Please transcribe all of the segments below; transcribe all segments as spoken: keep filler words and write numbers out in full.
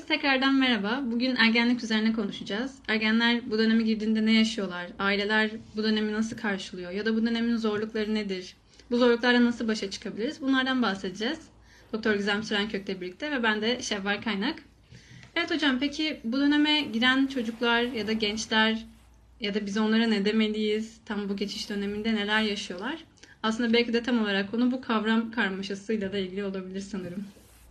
tekrardan merhaba. Bugün ergenlik üzerine konuşacağız. Ergenler bu döneme girdiğinde ne yaşıyorlar? Aileler bu dönemi nasıl karşılıyor? Ya da bu dönemin zorlukları nedir? Bu zorluklarla nasıl başa çıkabiliriz? Bunlardan bahsedeceğiz. Doktor Gizem Sürenkök'le birlikte ve ben de Şevval Kaynak. Evet hocam, peki bu döneme giren çocuklar ya da gençler ya da biz onlara ne demeliyiz? Tam bu geçiş döneminde neler yaşıyorlar? Aslında belki de tam olarak konu bu kavram karmaşasıyla da ilgili olabilir sanırım.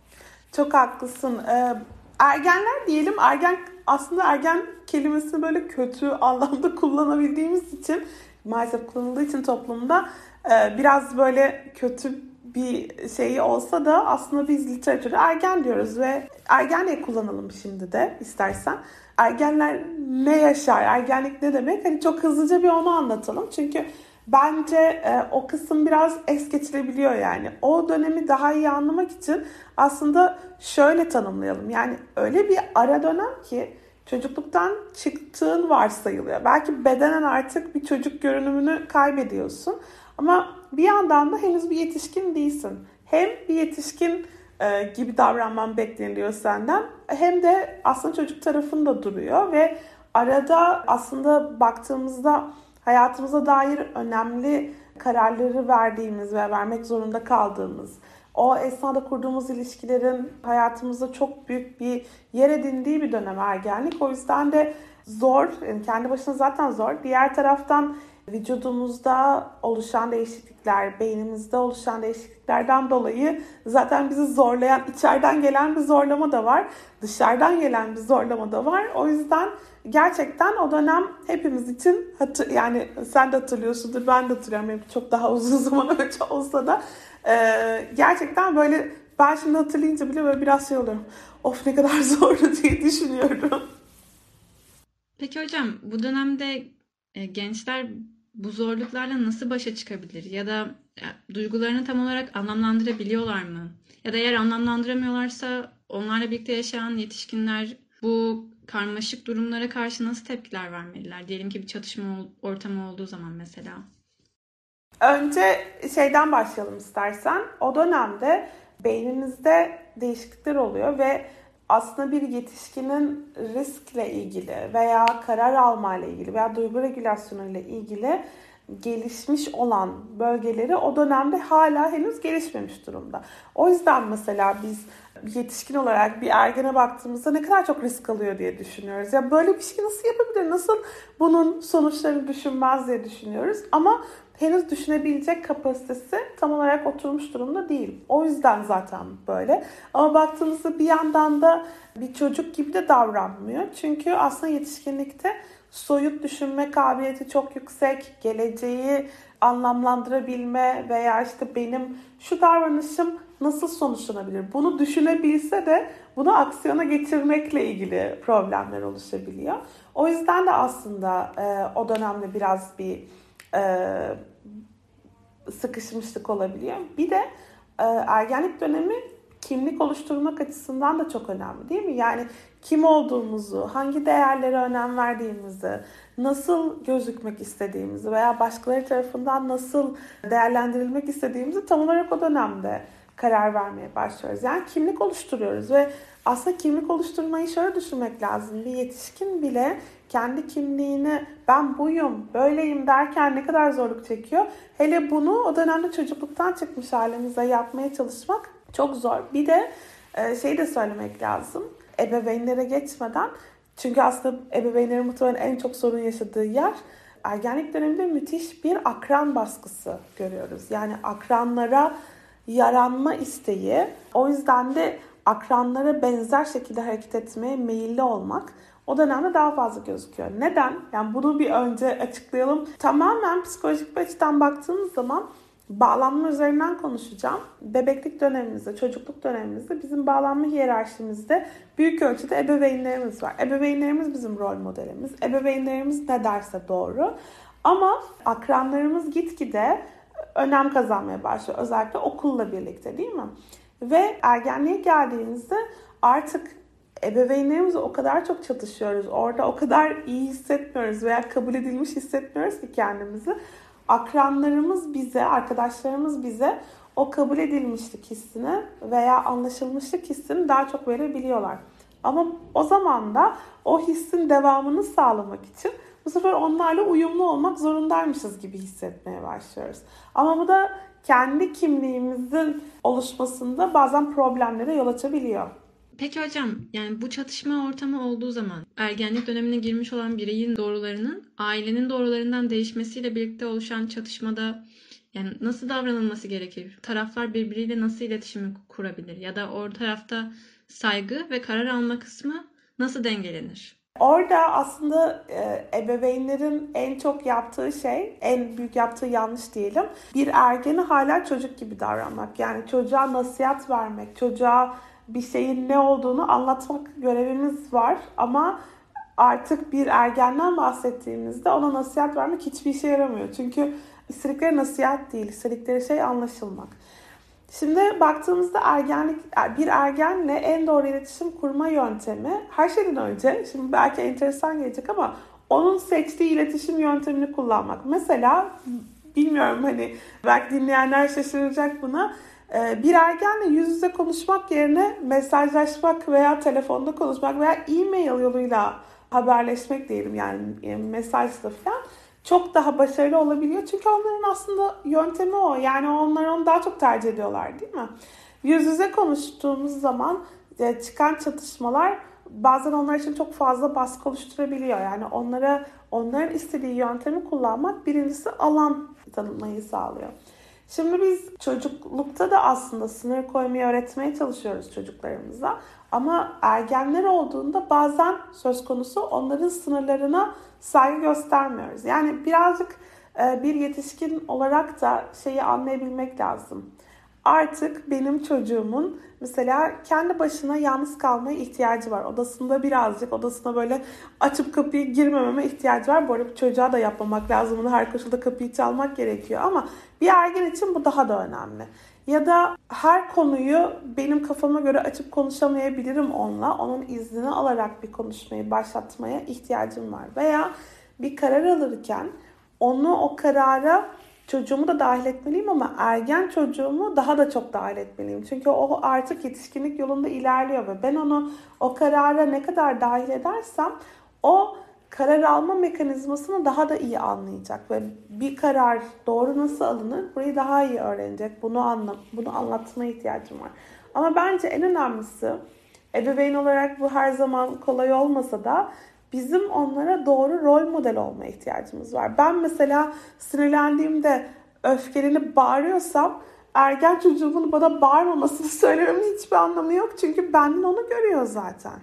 Çok haklısın. Ee, ergenler diyelim, ergen aslında ergen kelimesini böyle kötü anlamda kullanabildiğimiz için, maalesef kullanıldığı için toplumda e, biraz böyle kötü bir şeyi olsa da aslında biz literatürde ergen diyoruz ve ergen diye kullanalım şimdi de istersen. Ergenler ne yaşar? Ergenlik ne demek? Hani çok hızlıca bir onu anlatalım. Çünkü bence e, o kısım biraz es geçilebiliyor yani. O dönemi daha iyi anlamak için aslında şöyle tanımlayalım. Yani öyle bir ara dönem ki çocukluktan çıktığın varsayılıyor. Belki bedenen artık bir çocuk görünümünü kaybediyorsun. Ama bir yandan da henüz bir yetişkin değilsin. Hem bir yetişkin e, gibi davranman bekleniliyor senden, hem de aslında çocuk tarafında duruyor ve arada aslında baktığımızda hayatımıza dair önemli kararları verdiğimiz ve vermek zorunda kaldığımız, o esnada kurduğumuz ilişkilerin hayatımızda çok büyük bir yer edindiği bir dönem ergenlik. O yüzden de zor, yani kendi başına zaten zor. Diğer taraftan vücudumuzda oluşan değişiklikler, beynimizde oluşan değişikliklerden dolayı zaten bizi zorlayan, içeriden gelen bir zorlama da var, dışarıdan gelen bir zorlama da var. O yüzden gerçekten o dönem hepimiz için, hatır, yani sen de hatırlıyorsundur, ben de hatırlıyorum, benim çok daha uzun zaman önce olsa da e, gerçekten böyle ben şimdi hatırlayınca bile böyle biraz şey oluyorum. Of, ne kadar zordu diye düşünüyorum. Peki hocam, bu dönemde e, gençler bu zorluklarla nasıl başa çıkabilir? Ya da e, duygularını tam olarak anlamlandırabiliyorlar mı? Ya da eğer anlamlandıramıyorlarsa onlarla birlikte yaşayan yetişkinler bu karmaşık durumlara karşı nasıl tepkiler vermeliler? Diyelim ki bir çatışma ol- ortamı olduğu zaman mesela. Önce şeyden başlayalım istersen. O dönemde beynimizde değişiklikler oluyor ve aslında bir yetişkinin riskle ilgili veya karar alma ile ilgili veya duygu regülasyonu ile ilgili gelişmiş olan bölgeleri o dönemde hala henüz gelişmemiş durumda. O yüzden mesela biz yetişkin olarak bir ergene baktığımızda ne kadar çok risk alıyor diye düşünüyoruz. Ya böyle bir şey nasıl yapabilir? Nasıl bunun sonuçlarını düşünmez diye düşünüyoruz. Ama henüz düşünebilecek kapasitesi tam olarak oturmuş durumda değil. O yüzden zaten böyle. Ama baktığımızda bir yandan da bir çocuk gibi de davranmıyor. Çünkü aslında yetişkinlikte soyut düşünme kabiliyeti çok yüksek. Geleceği anlamlandırabilme veya işte benim şu davranışım nasıl sonuçlanabilir? Bunu düşünebilse de bunu aksiyona geçirmekle ilgili problemler oluşabiliyor. O yüzden de aslında e, o dönemde biraz bir e, sıkışmışlık olabiliyor. Bir de e, ergenlik dönemi kimlik oluşturmak açısından da çok önemli, değil mi? Yani kim olduğumuzu, hangi değerlere önem verdiğimizi, nasıl gözükmek istediğimizi veya başkaları tarafından nasıl değerlendirilmek istediğimizi tam olarak o dönemde karar vermeye başlıyoruz. Yani kimlik oluşturuyoruz ve aslında kimlik oluşturmayı şöyle düşünmek lazım. Bir yetişkin bile kendi kimliğini ben buyum, böyleyim derken ne kadar zorluk çekiyor. Hele bunu o dönemde çocukluktan çıkmış halimize yapmaya çalışmak çok zor. Bir de şey de söylemek lazım. Ebeveynlere geçmeden, çünkü aslında ebeveynlerin muhtemelen en çok sorun yaşadığı yer, ergenlik döneminde müthiş bir akran baskısı görüyoruz. Yani akranlara yaranma isteği, o yüzden de akranlara benzer şekilde hareket etmeye meyilli olmak o dönemde daha fazla gözüküyor. Neden? Yani bunu bir önce açıklayalım. Tamamen psikolojik bir açıdan baktığımız zaman bağlanma üzerinden konuşacağım. Bebeklik dönemimizde, çocukluk dönemimizde bizim bağlanma hiyerarşimizde büyük ölçüde ebeveynlerimiz var. Ebeveynlerimiz bizim rol modelimiz. Ebeveynlerimiz ne derse doğru. Ama akranlarımız gitgide önem kazanmaya başlıyor. Özellikle okulla birlikte, değil mi? Ve ergenliğe geldiğimizde artık ebeveynlerimizle o kadar çok çatışıyoruz. Orada o kadar iyi hissetmiyoruz veya kabul edilmiş hissetmiyoruz ki kendimizi. Akranlarımız bize, arkadaşlarımız bize o kabul edilmişlik hissini veya anlaşılmışlık hissini daha çok verebiliyorlar. Ama o zaman da o hissin devamını sağlamak için bu sefer onlarla uyumlu olmak zorundaymışız gibi hissetmeye başlıyoruz. Ama bu da kendi kimliğimizin oluşmasında bazen problemlere yol açabiliyor. Peki hocam, yani bu çatışma ortamı olduğu zaman ergenlik dönemine girmiş olan bireyin doğrularının ailenin doğrularından değişmesiyle birlikte oluşan çatışmada yani nasıl davranılması gerekir? Taraflar birbiriyle nasıl iletişimi kurabilir? Ya da o tarafta saygı ve karar alma kısmı nasıl dengelenir? Orada aslında e, ebeveynlerin en çok yaptığı şey, en büyük yaptığı yanlış diyelim, bir ergeni hala çocuk gibi davranmak. Yani çocuğa nasihat vermek, çocuğa bir şeyin ne olduğunu anlatmak görevimiz var. Ama artık bir ergenden bahsettiğimizde ona nasihat vermek hiçbir işe yaramıyor. Çünkü istedikleri nasihat değil, istedikleri şey anlaşılmak. Şimdi baktığımızda ergenlik, bir ergenle en doğru iletişim kurma yöntemi her şeyden önce, şimdi belki enteresan gelecek ama onun seçtiği iletişim yöntemini kullanmak. Mesela bilmiyorum, hani belki dinleyenler şaşıracak buna. Bir ergenle yüz yüze konuşmak yerine mesajlaşmak veya telefonda konuşmak veya e-mail yoluyla haberleşmek diyelim, yani mesajla falan çok daha başarılı olabiliyor. Çünkü onların aslında yöntemi o. Yani onlar onu daha çok tercih ediyorlar, değil mi? Yüz yüze konuştuğumuz zaman çıkan çatışmalar bazen onlar için çok fazla baskı oluşturabiliyor. Yani onlara onların istediği yöntemi kullanmak birincisi alan tanımayı sağlıyor. Şimdi biz çocuklukta da aslında sınır koymayı öğretmeye çalışıyoruz çocuklarımıza. Ama ergenler olduğunda bazen söz konusu onların sınırlarına saygı göstermiyoruz. Yani birazcık bir yetişkin olarak da şeyi anlayabilmek lazım. Artık benim çocuğumun mesela kendi başına yalnız kalmaya ihtiyacı var. Odasında birazcık, odasına böyle açıp kapıyı girmememe ihtiyacı var. Bu arada çocuğa da yapmamak lazım. Bunu her koşulda kapıyı çalmak gerekiyor. Ama bir ergen için bu daha da önemli. Ya da her konuyu benim kafama göre açıp konuşamayabilirim onunla. Onun iznini alarak bir konuşmayı başlatmaya ihtiyacım var. Veya bir karar alırken onu o karara çocuğumu da dahil etmeliyim ama ergen çocuğumu daha da çok dahil etmeliyim. Çünkü o artık yetişkinlik yolunda ilerliyor ve ben onu o karara ne kadar dahil edersem o karar alma mekanizmasını daha da iyi anlayacak ve bir karar doğru nasıl alınır burayı daha iyi öğrenecek. Bunu anla, bunu anlatmaya ihtiyacım var. Ama bence en önemlisi, ebeveyn olarak bu her zaman kolay olmasa da bizim onlara doğru rol model olmaya ihtiyacımız var. Ben mesela sinirlendiğimde öfkelenip bağırıyorsam ergen çocuğumun bana bağırmamasını söylememin hiçbir anlamı yok. Çünkü benden onu görüyor zaten.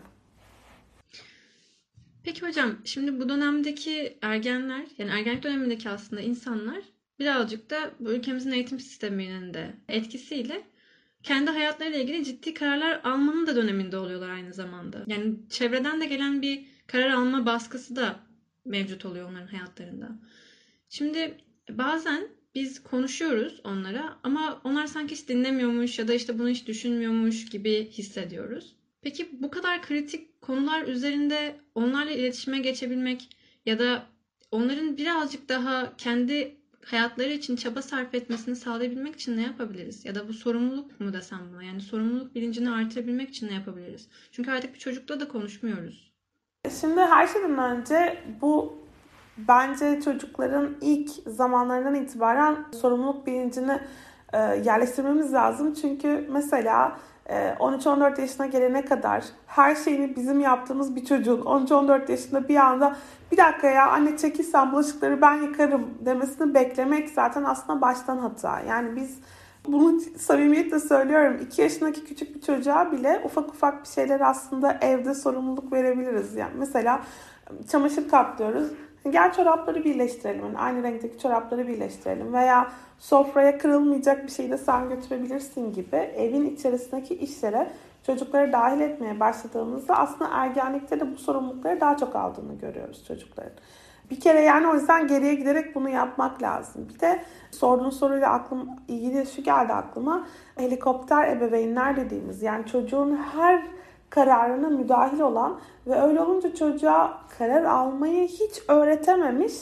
Peki hocam, şimdi bu dönemdeki ergenler, yani ergenlik dönemindeki aslında insanlar birazcık da bu ülkemizin eğitim sisteminin de etkisiyle kendi hayatlarıyla ilgili ciddi kararlar almanın da döneminde oluyorlar aynı zamanda. Yani çevreden de gelen bir karar alma baskısı da mevcut oluyor onların hayatlarında. Şimdi bazen biz konuşuyoruz onlara ama onlar sanki hiç dinlemiyormuş ya da işte bunu hiç düşünmüyormuş gibi hissediyoruz. Peki bu kadar kritik konular üzerinde onlarla iletişime geçebilmek ya da onların birazcık daha kendi hayatları için çaba sarf etmesini sağlayabilmek için ne yapabiliriz? Ya da bu sorumluluk mu desem buna? Yani sorumluluk bilincini artırabilmek için ne yapabiliriz? Çünkü artık bir çocukla da konuşmuyoruz. Şimdi her şeyden önce bu bence çocukların ilk zamanlarından itibaren sorumluluk bilincini e, yerleştirmemiz lazım. Çünkü mesela on üç on dört yaşına gelene kadar her şeyini bizim yaptığımız bir çocuğun on üç on dört yaşında bir anda bir dakika ya anne çekil sen bulaşıkları ben yıkarım demesini beklemek zaten aslında baştan hata. Yani biz bunu samimiyetle söylüyorum, iki yaşındaki küçük bir çocuğa bile ufak ufak bir şeyler aslında evde sorumluluk verebiliriz. Yani mesela çamaşır katlıyoruz. Gel çorapları birleştirelim. Yani aynı renkteki çorapları birleştirelim. Veya sofraya kırılmayacak bir şeyi de sen götürebilirsin gibi evin içerisindeki işlere çocukları dahil etmeye başladığımızda aslında ergenlikte de bu sorumlulukları daha çok aldığını görüyoruz çocukların. Bir kere yani o yüzden geriye giderek bunu yapmak lazım. Bir de sorduğun soruyla aklım ilgili şu geldi aklıma. Helikopter ebeveynler dediğimiz, yani çocuğun her kararına müdahil olan ve öyle olunca çocuğa karar almayı hiç öğretememiş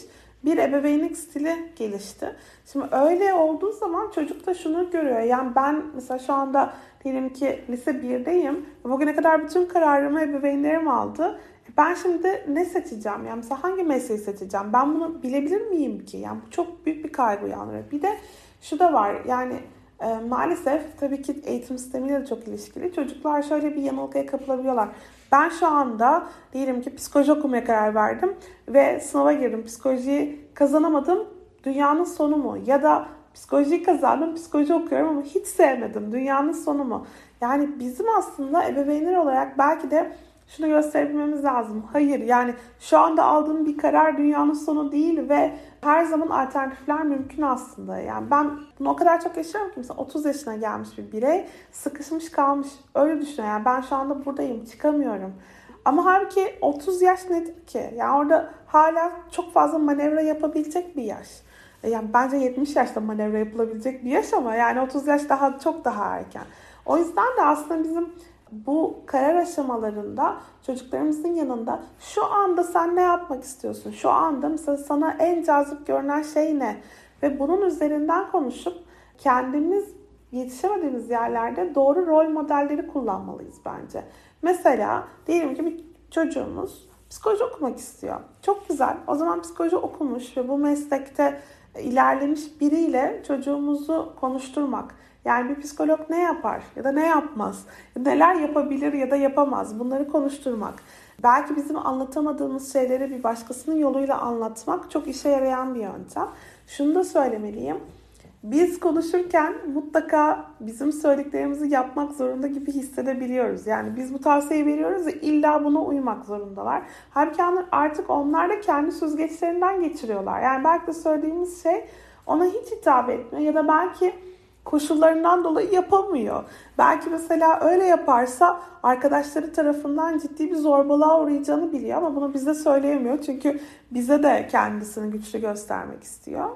bir ebeveynlik stili gelişti. Şimdi öyle olduğu zaman çocuk da şunu görüyor. Yani ben mesela şu anda diyelim ki lise birdeyim. Bugüne kadar bütün kararımı ebeveynlerim aldı. Ben şimdi ne seçeceğim? Yani mesela hangi mesleği seçeceğim? Ben bunu bilebilir miyim ki? Yani bu çok büyük bir kaygı uyandırıyor. Bir de şu da var. Yani e, maalesef tabii ki eğitim sistemiyle de çok ilişkili. Çocuklar şöyle bir yanılgıya kapılabiliyorlar. Ben şu anda diyelim ki psikoloji okumaya karar verdim ve sınava girdim. Psikolojiyi kazanamadım. Dünyanın sonu mu? Ya da psikolojiyi kazandım, psikoloji okuyorum ama hiç sevmedim. Dünyanın sonu mu? Yani bizim aslında ebeveynler olarak belki de şunu gösterebilmemiz lazım. Hayır, yani şu anda aldığım bir karar dünyanın sonu değil ve her zaman alternatifler mümkün aslında. Yani ben bunu o kadar çok yaşıyorum ki mesela otuz yaşına gelmiş bir birey sıkışmış kalmış. Öyle düşünüyor. Yani ben şu anda buradayım, çıkamıyorum. Ama halbuki otuz yaş nedir ki? Yani orada hala çok fazla manevra yapabilecek bir yaş. Yani bence yetmiş yaşta manevra yapılabilecek bir yaş ama yani otuz yaş daha çok daha erken. O yüzden de aslında bizim bu karar aşamalarında çocuklarımızın yanında şu anda sen ne yapmak istiyorsun? Şu anda mesela sana en cazip görünen şey ne? Ve bunun üzerinden konuşup kendimiz yetişemediğimiz yerlerde doğru rol modelleri kullanmalıyız bence. Mesela diyelim ki bir çocuğumuz psikoloji okumak istiyor. Çok güzel. O zaman psikoloji okumuş ve bu meslekte ilerlemiş biriyle çocuğumuzu konuşturmak. Yani bir psikolog ne yapar ya da ne yapmaz? Neler yapabilir ya da yapamaz? Bunları konuşturmak. Belki bizim anlatamadığımız şeyleri bir başkasının yoluyla anlatmak çok işe yarayan bir yöntem. Şunu da söylemeliyim. Biz konuşurken mutlaka bizim söylediklerimizi yapmak zorunda gibi hissedebiliyoruz. Yani biz bu tavsiyeyi veriyoruz ve illa buna uymak zorundalar. Halbuki artık onlar da kendi süzgeçlerinden geçiriyorlar. Yani belki de söylediğimiz şey ona hiç hitap etmiyor ya da belki koşullarından dolayı yapamıyor. Belki mesela öyle yaparsa arkadaşları tarafından ciddi bir zorbalığa uğrayacağını biliyor ama bunu bize söyleyemiyor. Çünkü bize de kendisini güçlü göstermek istiyor.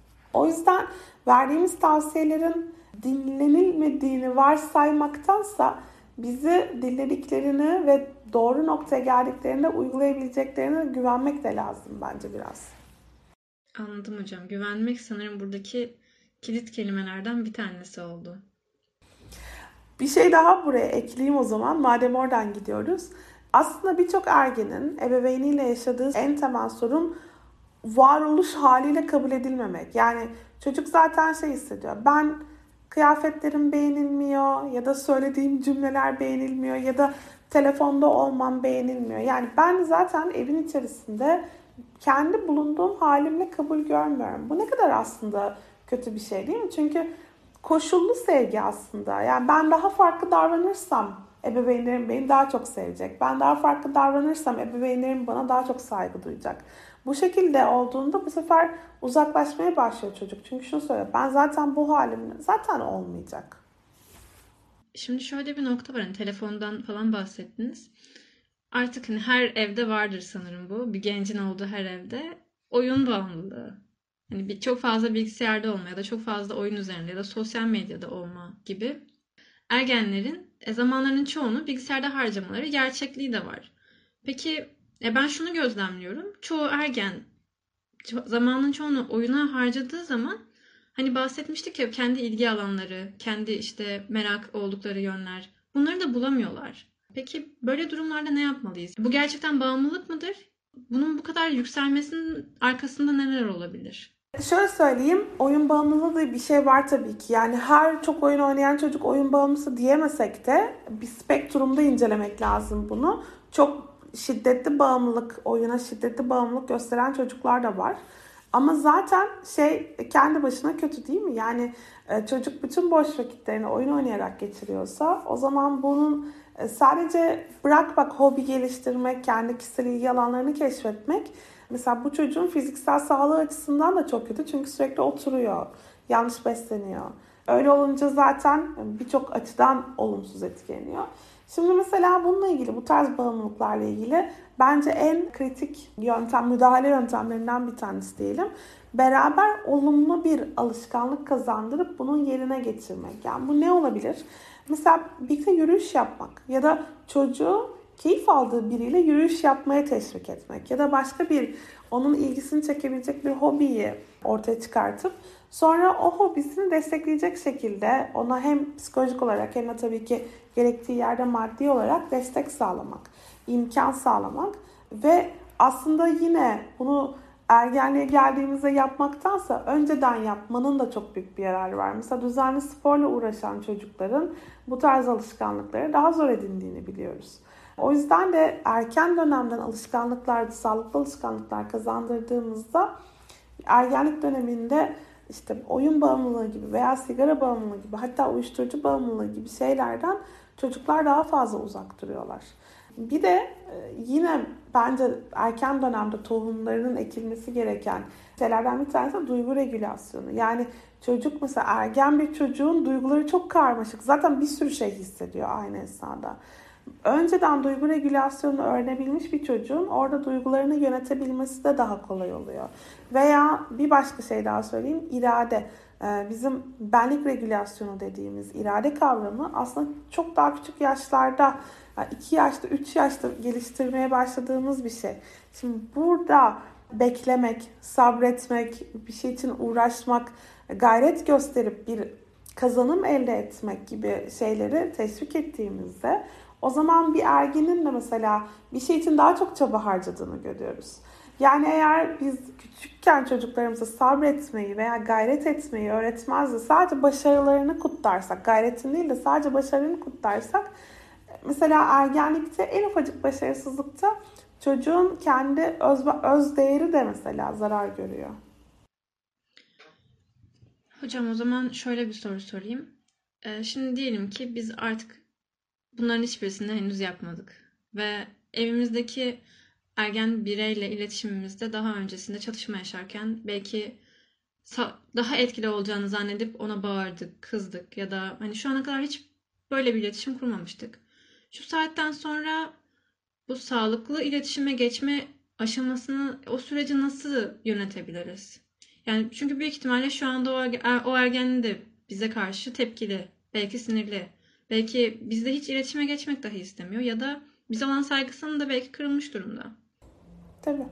O yüzden verdiğimiz tavsiyelerin dinlenilmediğini varsaymaktansa bizi dinlediklerini ve doğru noktaya geldiklerinde uygulayabileceklerine güvenmek de lazım bence biraz. Anladım hocam. Güvenmek sanırım buradaki kilit kelimelerden bir tanesi oldu. Bir şey daha buraya ekleyeyim o zaman. Madem oradan gidiyoruz. Aslında birçok ergenin ebeveyniyle yaşadığı en temel sorun varoluş haliyle kabul edilmemek. Yani çocuk zaten şey hissediyor. Ben kıyafetlerim beğenilmiyor ya da söylediğim cümleler beğenilmiyor ya da telefonda olmam beğenilmiyor. Yani ben zaten evin içerisinde kendi bulunduğum halimle kabul görmüyorum. Bu ne kadar aslında kötü bir şey değil mi? Çünkü koşullu sevgi aslında. Yani ben daha farklı davranırsam ebeveynlerim beni daha çok sevecek. Ben daha farklı davranırsam ebeveynlerim bana daha çok saygı duyacak. Bu şekilde olduğunda bu sefer uzaklaşmaya başlıyor çocuk. Çünkü şunu söylüyor. Ben zaten bu halimle zaten olmayacak. Şimdi şöyle bir nokta var. Hani telefondan falan bahsettiniz. Artık hani her evde vardır sanırım bu. Bir gencin olduğu her evde oyun bağımlılığı. Hani bir, çok fazla bilgisayarda olma ya da çok fazla oyun üzerinde ya da sosyal medyada olma gibi ergenlerin e, zamanlarının çoğunu bilgisayarda harcamaları gerçekliği de var. Peki e, ben şunu gözlemliyorum. Çoğu ergen ço- zamanın çoğunu oyuna harcadığı zaman hani bahsetmiştik ya kendi ilgi alanları, kendi işte merak oldukları yönler bunları da bulamıyorlar. Peki böyle durumlarda ne yapmalıyız? Bu gerçekten bağımlılık mıdır? Bunun bu kadar yükselmesinin arkasında neler olabilir? Şöyle söyleyeyim, oyun bağımlılığı diye bir şey var tabii ki. Yani her çok oyun oynayan çocuk oyun bağımlısı diyemesek de bir spektrumda incelemek lazım bunu. Çok şiddetli bağımlılık, oyuna şiddetli bağımlılık gösteren çocuklar da var. Ama zaten şey kendi başına kötü değil mi? Yani çocuk bütün boş vakitlerini oyun oynayarak geçiriyorsa o zaman bunun sadece bırak bak hobi geliştirmek, kendi kişisel ilgi alanlarını keşfetmek. Mesela bu çocuğun fiziksel sağlığı açısından da çok kötü. Çünkü sürekli oturuyor, yanlış besleniyor. Öyle olunca zaten birçok açıdan olumsuz etkileniyor. Şimdi mesela bununla ilgili, bu tarz bağımlılıklarla ilgili bence en kritik yöntem, müdahale yöntemlerinden bir tanesi diyelim. Beraber olumlu bir alışkanlık kazandırıp bunun yerine getirmek. Yani bu ne olabilir? Mesela birlikte yürüyüş yapmak ya da çocuğu keyif aldığı biriyle yürüyüş yapmaya teşvik etmek ya da başka bir onun ilgisini çekebilecek bir hobiyi ortaya çıkartıp sonra o hobisini destekleyecek şekilde ona hem psikolojik olarak hem de tabii ki gerektiği yerde maddi olarak destek sağlamak, imkan sağlamak ve aslında yine bunu ergenliğe geldiğimizde yapmaktansa önceden yapmanın da çok büyük bir yararı var. Mesela düzenli sporla uğraşan çocukların bu tarz alışkanlıkları daha zor edindiğini biliyoruz. O yüzden de erken dönemden alışkanlıklar, sağlıklı alışkanlıklar kazandırdığımızda ergenlik döneminde işte oyun bağımlılığı gibi veya sigara bağımlılığı gibi hatta uyuşturucu bağımlılığı gibi şeylerden çocuklar daha fazla uzak duruyorlar. Bir de yine bence erken dönemde tohumlarının ekilmesi gereken şeylerden bir tanesi de duygu regülasyonu. Yani çocuk mesela ergen bir çocuğun duyguları çok karmaşık. Zaten bir sürü şey hissediyor aynı esnada. Önceden duygu regülasyonunu öğrenebilmiş bir çocuğun orada duygularını yönetebilmesi de daha kolay oluyor. Veya bir başka şey daha söyleyeyim, irade. Bizim benlik regülasyonu dediğimiz irade kavramı aslında çok daha küçük yaşlarda, iki yaşta, üç yaşta geliştirmeye başladığımız bir şey. Şimdi burada beklemek, sabretmek, bir şey için uğraşmak, gayret gösterip bir kazanım elde etmek gibi şeyleri teşvik ettiğimizde o zaman bir ergenin de mesela bir şey için daha çok çaba harcadığını görüyoruz. Yani eğer biz küçükken çocuklarımıza sabretmeyi veya gayret etmeyi öğretmezdi, sadece başarılarını kutlarsak, gayretin değil de sadece başarını kutlarsak, mesela ergenlikte en ufacık başarısızlıkta çocuğun kendi öz, öz değeri de mesela zarar görüyor. Hocam o zaman şöyle bir soru sorayım. Ee, şimdi diyelim ki biz artık bunların hiçbirisini henüz yapmadık ve evimizdeki ergen bireyle iletişimimizde daha öncesinde çatışma yaşarken belki daha etkili olacağını zannedip ona bağırdık, kızdık ya da hani şu ana kadar hiç böyle bir iletişim kurmamıştık. Şu saatten sonra bu sağlıklı iletişime geçme aşamasını, o süreci nasıl yönetebiliriz? Yani çünkü büyük ihtimalle şu anda o, er, o ergenin de bize karşı tepkili, belki sinirli, belki bizle hiç iletişime geçmek dahi istemiyor ya da bize olan saygısının da belki kırılmış durumda. Tabii.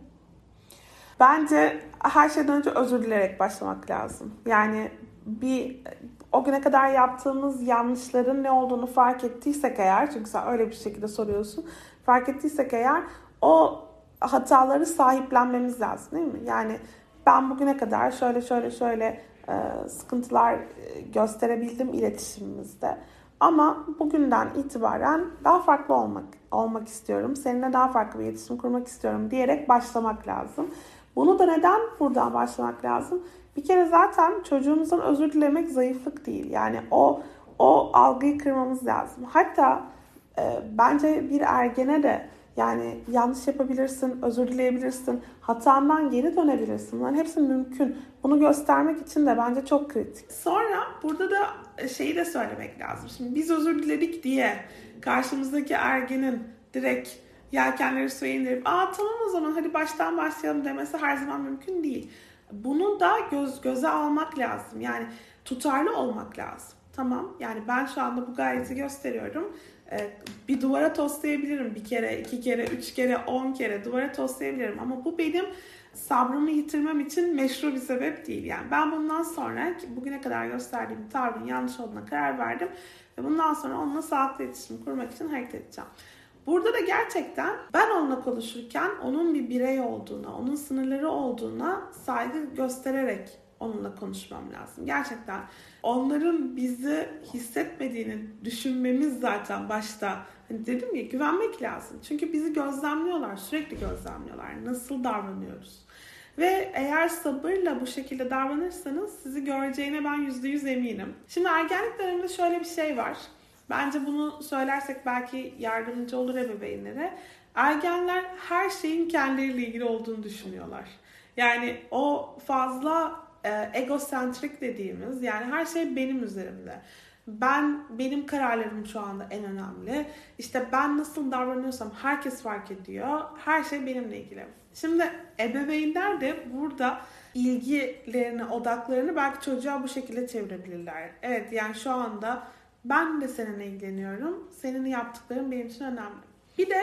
Bence her şeyden önce özür dileyerek başlamak lazım. Yani bir o güne kadar yaptığımız yanlışların ne olduğunu fark ettiysek eğer, çünkü sen öyle bir şekilde soruyorsun, fark ettiysek eğer o hataları sahiplenmemiz lazım değil mi? Yani ben bugüne kadar şöyle şöyle şöyle e, sıkıntılar gösterebildim iletişimimizde. Ama bugünden itibaren daha farklı olmak olmak istiyorum. Seninle daha farklı bir iletişim kurmak istiyorum diyerek başlamak lazım. Bunu da neden buradan başlamak lazım? Bir kere zaten çocuğumuzdan özür dilemek zayıflık değil. Yani o o algıyı kırmamız lazım. Hatta e, bence bir ergene de yani yanlış yapabilirsin, özür dileyebilirsin, hatandan geri dönebilirsin. Bunların hepsi mümkün. Bunu göstermek için de bence çok kritik. Sonra burada da şeyi de söylemek lazım. Şimdi biz özür diledik diye karşımızdaki ergenin direkt yelkenleri suya indirip aa tamam o zaman hadi baştan başlayalım demesi her zaman mümkün değil. Bunu da göz göze almak lazım. Yani tutarlı olmak lazım. Tamam yani ben şu anda bu gayreti gösteriyorum. Ee, bir duvara toslayabilirim. Bir kere, iki kere, üç kere, on kere duvara toslayabilirim. Ama bu benim sabrımı yitirmem için meşru bir sebep değil. Yani ben bundan sonra bugüne kadar gösterdiğim tavrın yanlış olduğuna karar verdim. Ve bundan sonra onunla sağlıklı iletişim kurmak için hareket edeceğim. Burada da gerçekten ben onunla konuşurken onun bir birey olduğuna, onun sınırları olduğuna saygı göstererek onunla konuşmam lazım. Gerçekten onların bizi hissetmediğini düşünmemiz zaten başta. Hani dedim ya güvenmek lazım. Çünkü bizi gözlemliyorlar, sürekli gözlemliyorlar. Nasıl davranıyoruz? Ve eğer sabırla bu şekilde davranırsanız sizi göreceğine ben yüzde yüz eminim. Şimdi ergenlik döneminde şöyle bir şey var. Bence bunu söylersek belki yardımcı olur ebeveynlere. Ergenler her şeyin kendileriyle ilgili olduğunu düşünüyorlar. Yani o fazla e, egosentrik dediğimiz, yani her şey benim üzerimde. Ben, benim kararlarım şu anda en önemli. İşte ben nasıl davranıyorsam herkes fark ediyor. Her şey benimle ilgili. Şimdi ebeveynler de burada ilgilerini, odaklarını belki çocuğa bu şekilde çevirebilirler. Evet yani şu anda ben de seninle ilgileniyorum. Senin yaptıkların benim için önemli. Bir de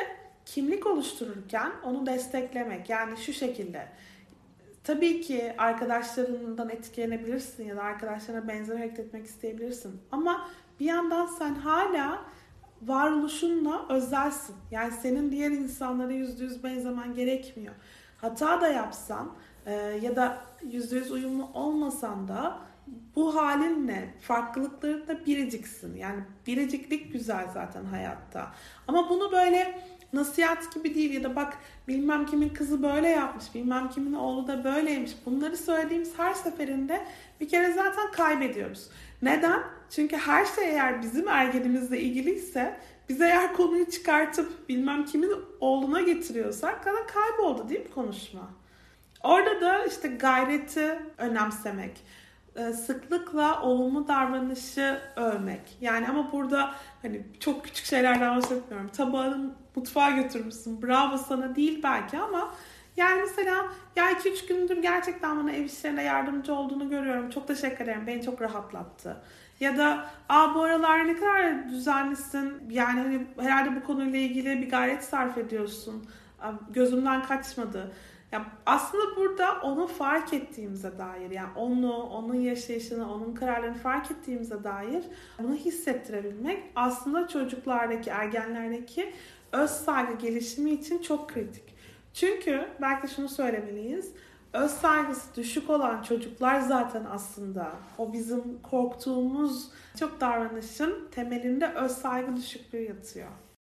kimlik oluştururken onu desteklemek. Yani şu şekilde. Tabii ki arkadaşlarından etkilenebilirsin ya da arkadaşlarına benzer hareket etmek isteyebilirsin. Ama bir yandan sen hala varoluşunla özelsin. Yani senin diğer insanlara yüzde yüz benzemen gerekmiyor. Hata da yapsan e, ya da yüzde yüz uyumlu olmasan da bu halinle, farklılıklarında biriciksin. Yani biriciklik güzel zaten hayatta. Ama bunu böyle nasihat gibi değil ya da bak bilmem kimin kızı böyle yapmış, bilmem kimin oğlu da böyleymiş. Bunları söylediğimiz her seferinde bir kere zaten kaybediyoruz. Neden? Çünkü her şey eğer bizim ergenimizle ilgiliyse biz eğer konuyu çıkartıp bilmem kimin oğluna getiriyorsak kadın kayboldu değil mi konuşma? Orada da işte gayreti önemsemek, sıklıkla olumlu davranışı övmek. Yani ama burada hani çok küçük şeylerden bahsetmiyorum. Tabağını mutfağa götürmüşsün, bravo sana değil belki ama yani mesela ya iki üç gündür gerçekten bana ev işlerine yardımcı olduğunu görüyorum. Çok teşekkür ederim. Beni çok rahatlattı. Ya da aa bu aralar ne kadar düzenlisin. Yani hani herhalde bu konuyla ilgili bir gayret sarf ediyorsun. Gözümden kaçmadı. Ya aslında burada onu fark ettiğimize dair, yani onu, onun yaşayışını, onun kararlarını fark ettiğimize dair bunu hissettirebilmek aslında çocuklardaki, ergenlerdeki öz saygı gelişimi için çok kritik. Çünkü belki de şunu söylemeliyiz. Öz saygısı düşük olan çocuklar zaten aslında o bizim korktuğumuz çok davranışın temelinde öz saygı düşüklüğü yatıyor.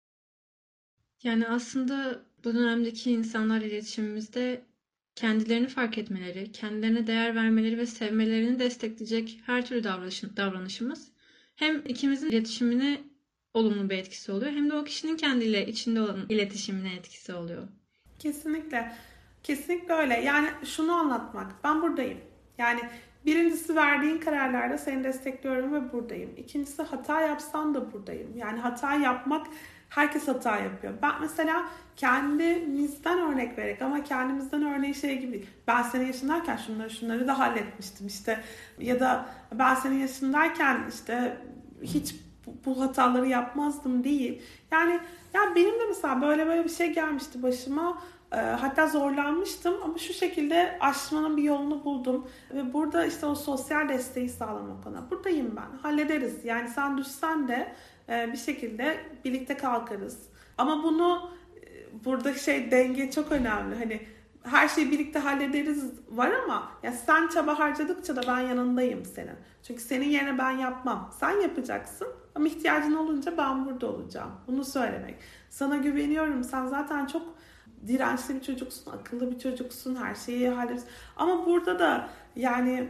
Yani aslında bu dönemdeki insanlarla iletişimimizde kendilerini fark etmeleri, kendilerine değer vermeleri ve sevmelerini destekleyecek her türlü davranış, davranışımız hem ikimizin iletişimine olumlu bir etkisi oluyor hem de o kişinin kendiyle içinde olan iletişimine etkisi oluyor. Kesinlikle. Kesinlikle öyle. Yani şunu anlatmak. Ben buradayım. Yani birincisi verdiğin kararlarda seni destekliyorum ve buradayım. İkincisi hata yapsan da buradayım. Yani hata yapmak, herkes hata yapıyor. Ben mesela kendimizden örnek vererek ama kendimizden örneği şey gibi. Ben senin yaşındayken şunları şunları da halletmiştim işte. Ya da ben senin yaşındayken işte hiç bu hataları yapmazdım değil. Yani ya benim de mesela böyle böyle bir şey gelmişti başıma. Hatta zorlanmıştım ama şu şekilde aşmanın bir yolunu buldum. Ve burada işte o sosyal desteği sağlamak ona. Buradayım ben. Hallederiz. Yani sen düşsen de bir şekilde birlikte kalkarız. Ama bunu burada şey denge çok önemli. Hani her şeyi birlikte hallederiz var ama ya sen çaba harcadıkça da ben yanındayım senin. Çünkü senin yerine ben yapmam. Sen yapacaksın ama ihtiyacın olunca ben burada olacağım. Bunu söylemek. Sana güveniyorum. Sen zaten çok dirençli bir çocuksun, akıllı bir çocuksun, her şeyi hallederiz. Ama burada da yani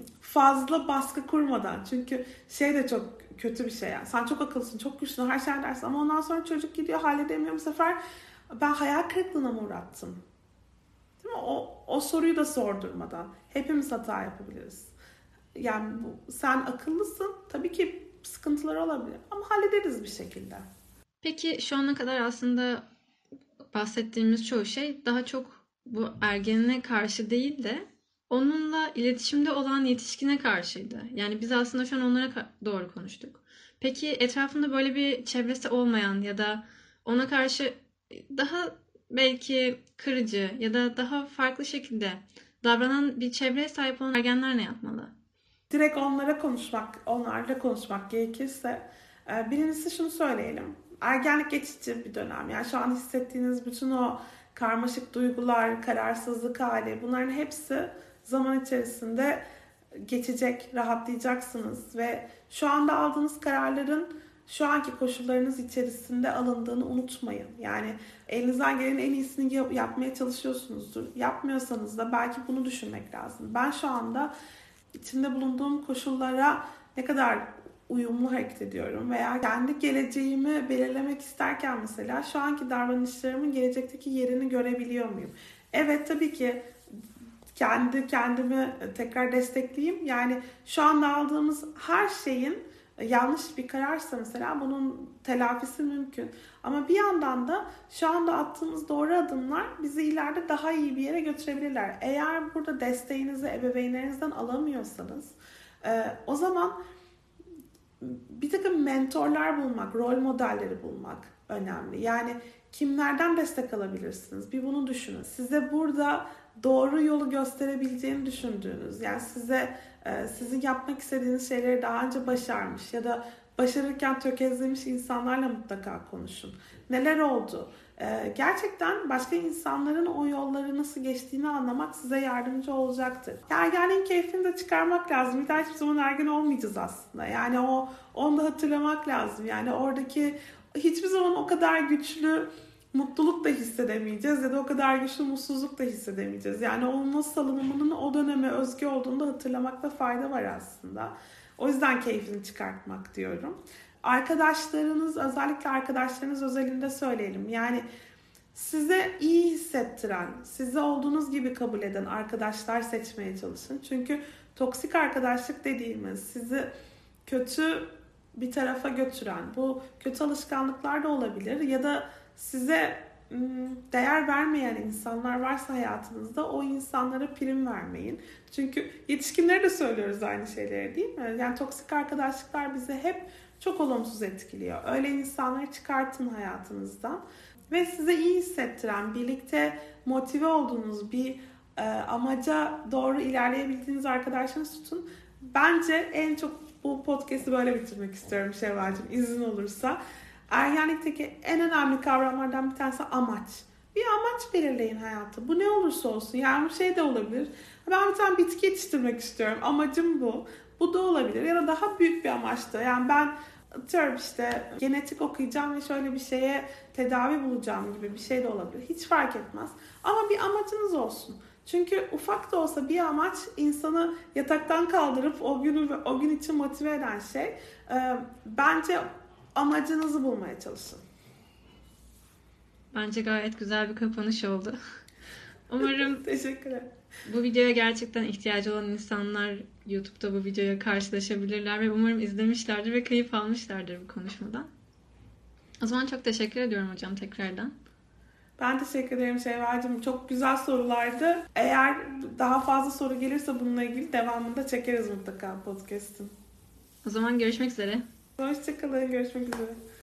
fazla baskı kurmadan. Çünkü şey de çok kötü bir şey yani. Sen çok akıllısın, çok güçlü, her şey dersin ama ondan sonra çocuk gidiyor halledemiyor bu sefer. Ben hayal kırıklığına mı uğrattım? Değil mi? O, o soruyu da sordurmadan. Hepimiz hata yapabiliriz. Yani bu, sen akıllısın. Tabii ki sıkıntıları olabilir ama hallederiz bir şekilde. Peki şu ana kadar aslında bahsettiğimiz çoğu şey daha çok bu ergenine karşı değil de onunla iletişimde olan yetişkine karşıydı. Yani biz aslında şu an onlara doğru konuştuk. Peki etrafında böyle bir çevresi olmayan ya da ona karşı daha belki kırıcı ya da daha farklı şekilde davranan bir çevreye sahip olan ergenler ne yapmalı? Direkt onlara konuşmak, onlarla konuşmak gerekirse birincisi şunu söyleyelim. Ergenlik geçici bir dönem. Yani şu an hissettiğiniz bütün o karmaşık duygular, kararsızlık hali bunların hepsi zaman içerisinde geçecek, rahatlayacaksınız ve şu anda aldığınız kararların şu anki koşullarınız içerisinde alındığını unutmayın. Yani elinizden gelenin en iyisini yapmaya çalışıyorsunuzdur. Yapmıyorsanız da belki bunu düşünmek lazım. Ben şu anda içinde bulunduğum koşullara ne kadar uyumlu hareket ediyorum veya kendi geleceğimi belirlemek isterken mesela şu anki davranışlarımın gelecekteki yerini görebiliyor muyum? Evet tabii ki kendi kendimi tekrar destekleyeyim. Yani şu anda aldığımız her şeyin yanlış bir kararsa mesela bunun telafisi mümkün. Ama bir yandan da şu anda attığımız doğru adımlar bizi ileride daha iyi bir yere götürebilirler. Eğer burada desteğinizi ebeveynlerinizden alamıyorsanız o zaman bir takım mentorlar bulmak, rol modelleri bulmak önemli. Yani kimlerden destek alabilirsiniz? Bir bunu düşünün. Size burada doğru yolu gösterebileceğini düşündüğünüz, yani size e, sizin yapmak istediğiniz şeyleri daha önce başarmış ya da başarırken tökezlemiş insanlarla mutlaka konuşun. Neler oldu? E, gerçekten başka insanların o yolları nasıl geçtiğini anlamak size yardımcı olacaktır. Ergenliğin keyfini de çıkarmak lazım. Bir daha hiçbir zaman ergen olmayacağız aslında. Yani o onu da hatırlamak lazım. Yani oradaki hiçbir zaman o kadar güçlü mutluluk da hissedemeyeceğiz ya da o kadar güçlü mutsuzluk da hissedemeyeceğiz. Yani olma salınımının o döneme özgü olduğunu da hatırlamakta fayda var aslında. O yüzden keyfini çıkartmak diyorum. Arkadaşlarınız, özellikle arkadaşlarınız özelinde söyleyelim. Yani size iyi hissettiren, sizi olduğunuz gibi kabul eden arkadaşlar seçmeye çalışın. Çünkü toksik arkadaşlık dediğimiz sizi kötü bir tarafa götüren, bu kötü alışkanlıklar da olabilir ya da size değer vermeyen insanlar varsa hayatınızda o insanlara prim vermeyin. Çünkü yetişkinlere de söylüyoruz aynı şeyleri, değil mi? Yani toksik arkadaşlıklar bizi hep çok olumsuz etkiliyor. Öyle insanları çıkartın hayatınızdan ve size iyi hissettiren, birlikte motive olduğunuz bir e, amaca doğru ilerleyebildiğiniz arkadaşlarınızı tutun. Bence en çok bu podcast'i böyle bitirmek istiyorum Şevval'cığım, izin olursa. Ergenlikteki en önemli kavramlardan bir tanesi amaç. Bir amaç belirleyin hayatı. Bu ne olursa olsun. Yani bir şey de olabilir. Ben bir tane bitki yetiştirmek istiyorum. Amacım bu. Bu da olabilir. Ya da daha büyük bir amaçta. Yani ben atıyorum işte genetik okuyacağım ve şöyle bir şeye tedavi bulacağım gibi bir şey de olabilir. Hiç fark etmez. Ama bir amacınız olsun. Çünkü ufak da olsa bir amaç insanı yataktan kaldırıp o günü o gün için motive eden şey. Ee, bence amacınızı bulmaya çalışın. Bence gayet güzel bir kapanış oldu. Umarım Teşekkür ederim. bu videoya gerçekten ihtiyacı olan insanlar YouTube'da bu videoya karşılaşabilirler ve umarım izlemişlerdir ve keyif almışlardır bu konuşmadan. O zaman çok teşekkür ediyorum hocam tekrardan. Ben teşekkür ederim Şevval'cığım. Çok güzel sorulardı. Eğer daha fazla soru gelirse bununla ilgili devamında çekeriz mutlaka podcast'ın. O zaman görüşmek üzere. Hoşçakalın. Görüşmek üzere.